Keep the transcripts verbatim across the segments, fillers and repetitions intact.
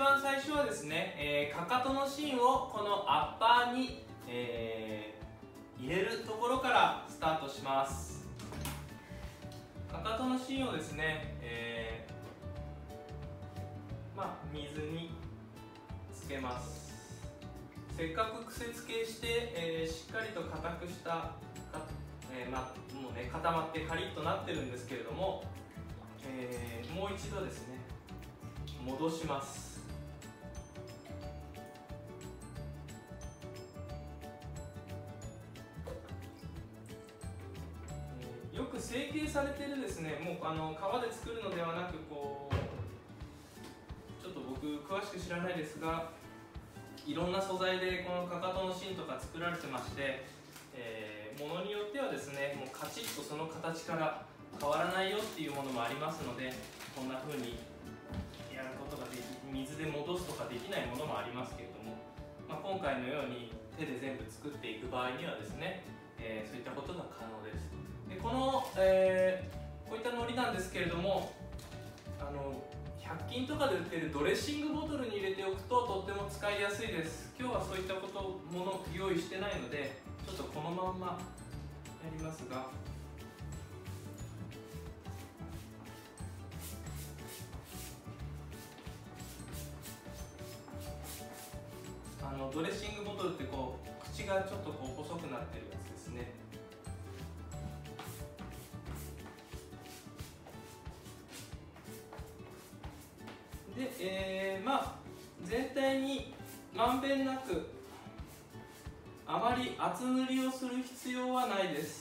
番最初はですね、えー、かかとの芯をこのアッパーに、えー、入れるところからスタートします。かかとの芯をですね、えー、まあ水につけます。せっかく癖付けして、えー、しっかりと硬くした、えーまあ、もうね固まってカリッとなってるんですけれども、えー、もう一度ですね戻します。えー、よく成形されてるですね、もうあの皮で作るのではなく、こうちょっと僕詳しく知らないですが、いろんな素材でこのかかとの芯とか作られてまして、えー、ものによってはですねもうカチッとその形から変わらないよっていうものもありますので、こんな風にやることができ、水で戻すとかできないものもありますけれども、まあ、今回のように手で全部作っていく場合にはですね、えー、そういったことが可能です。でこの、えー、こういった海苔なんですけれども、あのひゃく均とかで売ってるドレッシングボトルに入れておくととっても使いやすいです。今日はそういったこともの用意してないので、ちょっとこのまんまやりますが、あのドレッシングボトルってこう口がちょっとこう細くなってるやつですね。で、えー、まあ全体にまんべんなく、あまり厚塗りをする必要はないです。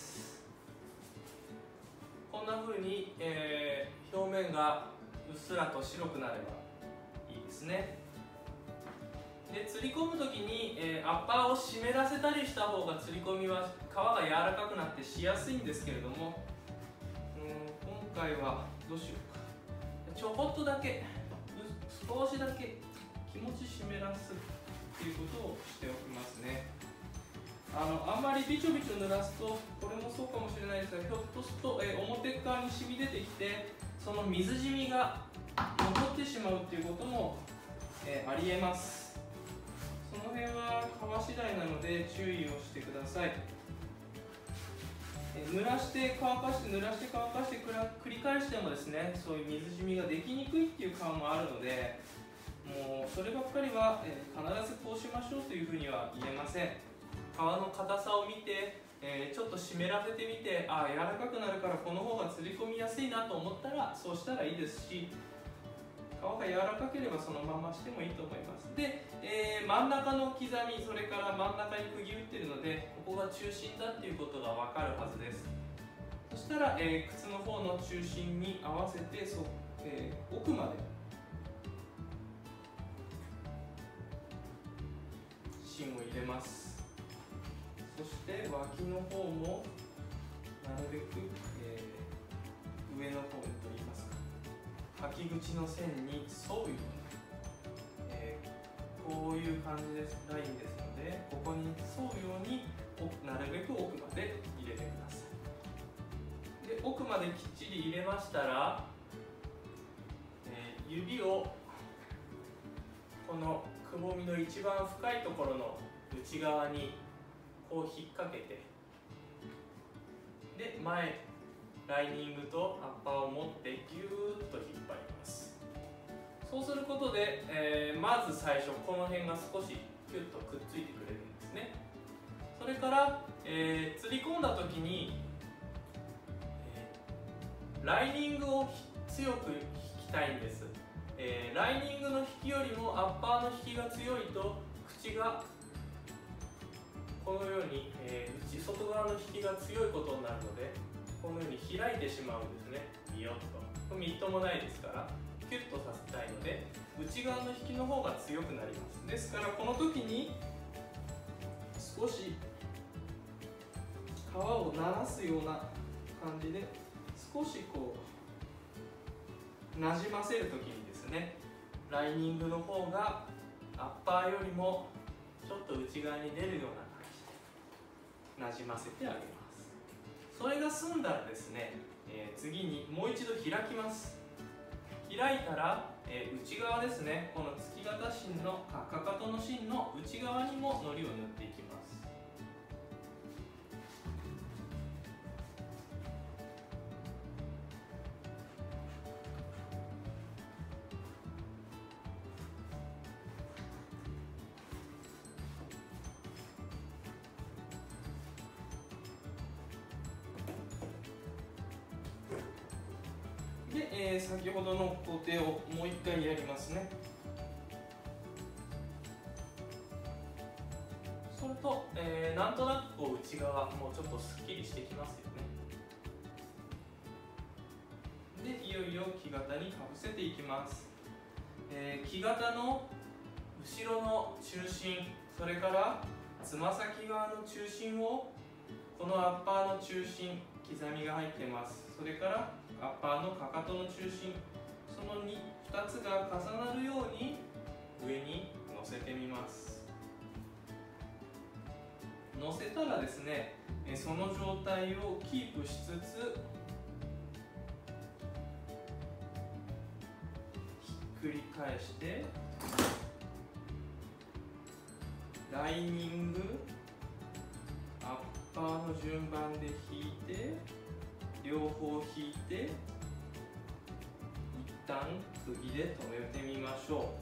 こんな風に、えー、表面がうっすらと白くなればいいですね。で釣り込む時に、えー、アッパーを湿らせたりした方が釣り込みは皮が柔らかくなってしやすいんですけれども、うん今回はどうしようか、ちょこっとだけ少しだけ気持ち湿らすっていうことをしておきますね。あのあんまりびちょびちょ濡らすと、これもそうかもしれないですが、ひょっとすると、えー、表側に染み出てきて、その水染みが残ってしまうっていうことも、えー、ありえます。その辺は皮次第なので注意をしてください。えー、濡らして乾かして濡らして乾かして繰り返してもですね、そういう水染みができにくいっていう皮もあるので、もうそればっかりは、えー、必ずこうしましょうというふうには言えません。皮の硬さを見て、えー、ちょっと湿らせてみて、ああ柔らかくなるからこの方が釣り込みやすいなと思ったらそうしたらいいですし、皮が柔らかければそのまましてもいいと思います。で、えー、真ん中の刻み、それから真ん中に釘打ってるので、ここが中心だっていうことが分かるはずです。そしたら、えー、靴の方の中心に合わせてそ、えー、奥まで芯を入れます。そして脇の方もなるべく、えー、上の方にといいますか、履き口の線に沿うように、えー、こういう感じですラインですので、ここに沿うようになるべく奥まで入れてください。で奥まできっちり入れましたら、えー、指をこのくぼみの一番深いところの内側にこう引っ掛けて、で前ライニングとアッパーを持ってギューッと引っ張ります。そうすることで、えー、まず最初この辺が少しキュッとくっついてくれるんですね。それから、えー、釣り込んだ時に、えー、ライニングを強く引きたいんです。えー、ライニングの引きよりもアッパーの引きが強いと口がこのように、えー、内外側の引きが強いことになるので、このように開いてしまうんですね。ビヨッとみっともないですから、キュッとさせたいので内側の引きの方が強くなります。ですからこの時に少し皮をならすような感じで、少しこうなじませる時にですね、ライニングの方がアッパーよりもちょっと内側に出るような感じでなじませてあげます。それが済んだらですね、えー、次にもう一度開きます。開いたら、 えー、内側ですね、この月型芯のかかとの芯の内側にも糊を塗っていきます。で、えー、先ほどの工程をもう一回やりますね。それと、えー、なんとなくこう内側もうちょっとすっきりしてきますよね。で、いよいよ木型にかぶせていきます。えー、木型の後ろの中心、それからつま先側の中心をこのアッパーの中心、刻みが入ってます。それからアッパーのかかとの中心、その 2, 2つが重なるように上に乗せてみます。乗せたらですね、その状態をキープしつつひっくり返してライニング、アッパーの順番で引いて両方引いて一旦釘で留めてみましょう。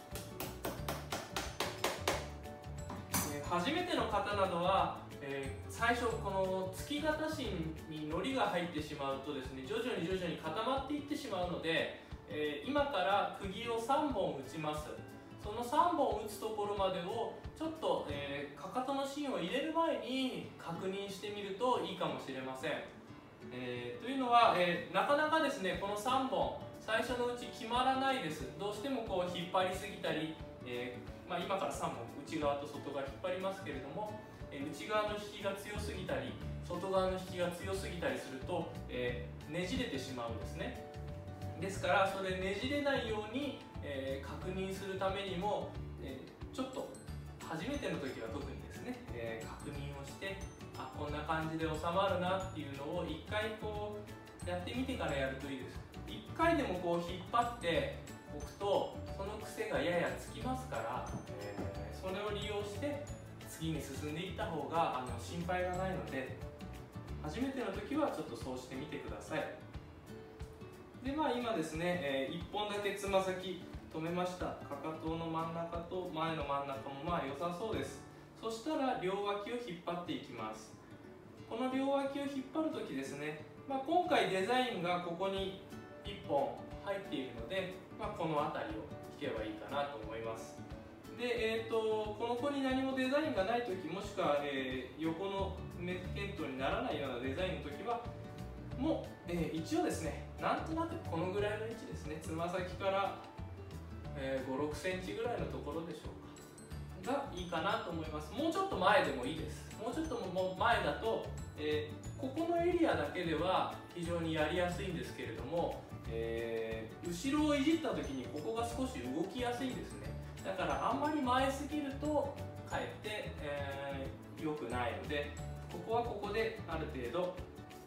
えー、初めての方などは、えー、最初この月型芯に糊が入ってしまうとですね、徐々に徐々に固まっていってしまうので、えー、今から釘をさんぼん打ちます。そのさんぼん打つところまでをちょっと、えー、かかとの芯を入れる前に確認してみるといいかもしれません。えー、というのは、えー、なかなかですねこのさんぼん最初のうち決まらないです。どうしてもこう引っ張りすぎたり、えーまあ、今からさんぼん内側と外側引っ張りますけれども、えー、内側の引きが強すぎたり外側の引きが強すぎたりすると、えー、ねじれてしまうんですね。ですからそれねじれないように、えー、確認するためにも、えー、ちょっと初めての時は特にですね、えー、確認をしてあこんな感じで収まるなっていうのをいっかいこうやってみてからやるといいです。いっかいでもこう引っ張っておくとその癖がややつきますから、えー、それを利用して次に進んでいった方があの心配がないので、初めての時はちょっとそうしてみてください。でまあ今ですね、えー、いっぽんだけつま先止めました。かかとの真ん中と前の真ん中もまあ良さそうです。そしたら両脇を引っ張っていきます。この両脇を引っ張るときですね、まあ、今回デザインがここにいっぽん入っているので、まあ、この辺りを引けばいいかなと思います。で、えーと、この子に何もデザインがないとき、もしくは、えー、横のメッケントにならないようなデザインのときはもう、えー、一応ですね、なんとなくこのぐらいの位置ですね、つま先から、えー、ご、ろくセンチぐらいのところでしょうかがいいかなと思います。もうちょっと前でもいいです。もうちょっとも前だと、えー、ここのエリアだけでは非常にやりやすいんですけれども、えー、後ろをいじった時にここが少し動きやすいんですね。だからあんまり前すぎるとかえって、えー、良くないので、ここはここである程度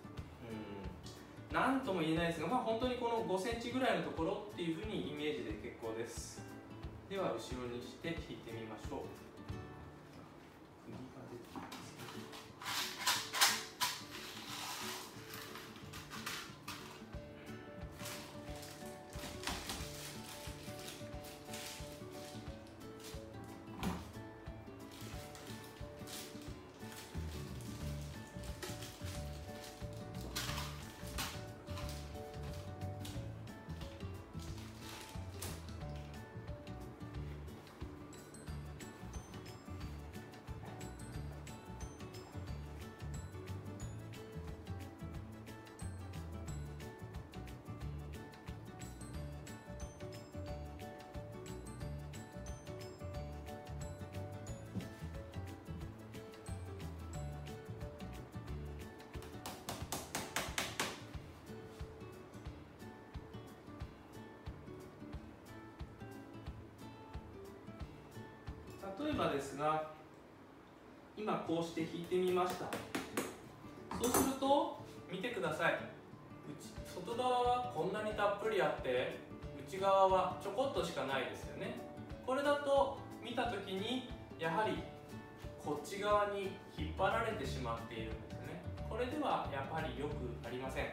何とも言えないですが、まあ、本当にこのごセンチぐらいのところっていうふうにイメージで結構です。では後ろにして引いてみましょう。釘が出てきますね。例えばですが、今こうして引いてみました。そうすると見てください。外側はこんなにたっぷりあって内側はちょこっとしかないですよね。これだと見た時にやはりこっち側に引っ張られてしまっているんですよね。これではやっぱりよくありません。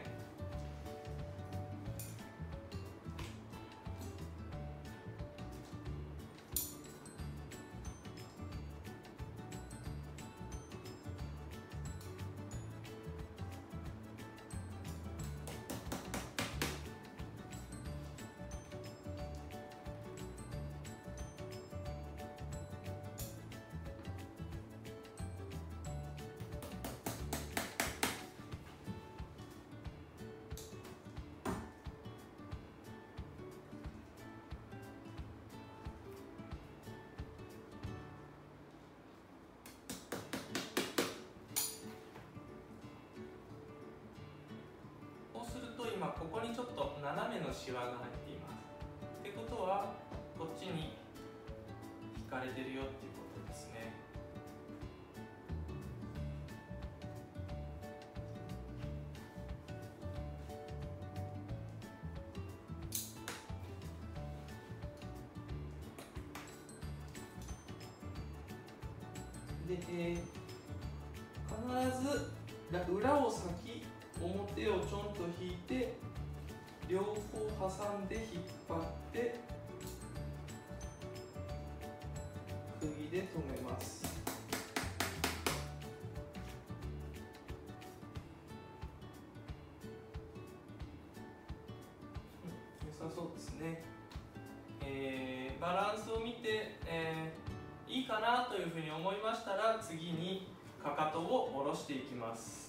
今ここにちょっと斜めのシワが入っています。ってことはこっちに引かれてるよっていうことですね。で、えー、必ず裏を先表をちょんと引いて両方挟んで引っ張って釘で留めます。良さそうですね。えー、バランスを見て、えー、いいかなというふうに思いましたら次にかかとを下ろしていきます。